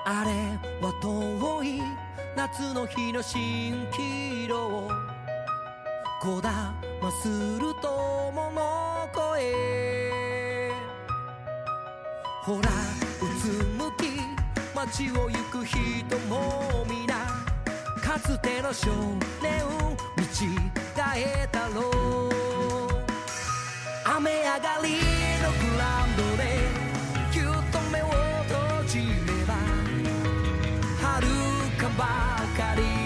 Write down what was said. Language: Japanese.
あれは遠い夏の日の蜃気楼、こだまする友の声、ほらうつむき街を行く人も皆かつての少年見違えたろう。雨上がりのグラウンドでぎゅっと目を閉じれば遥かばかり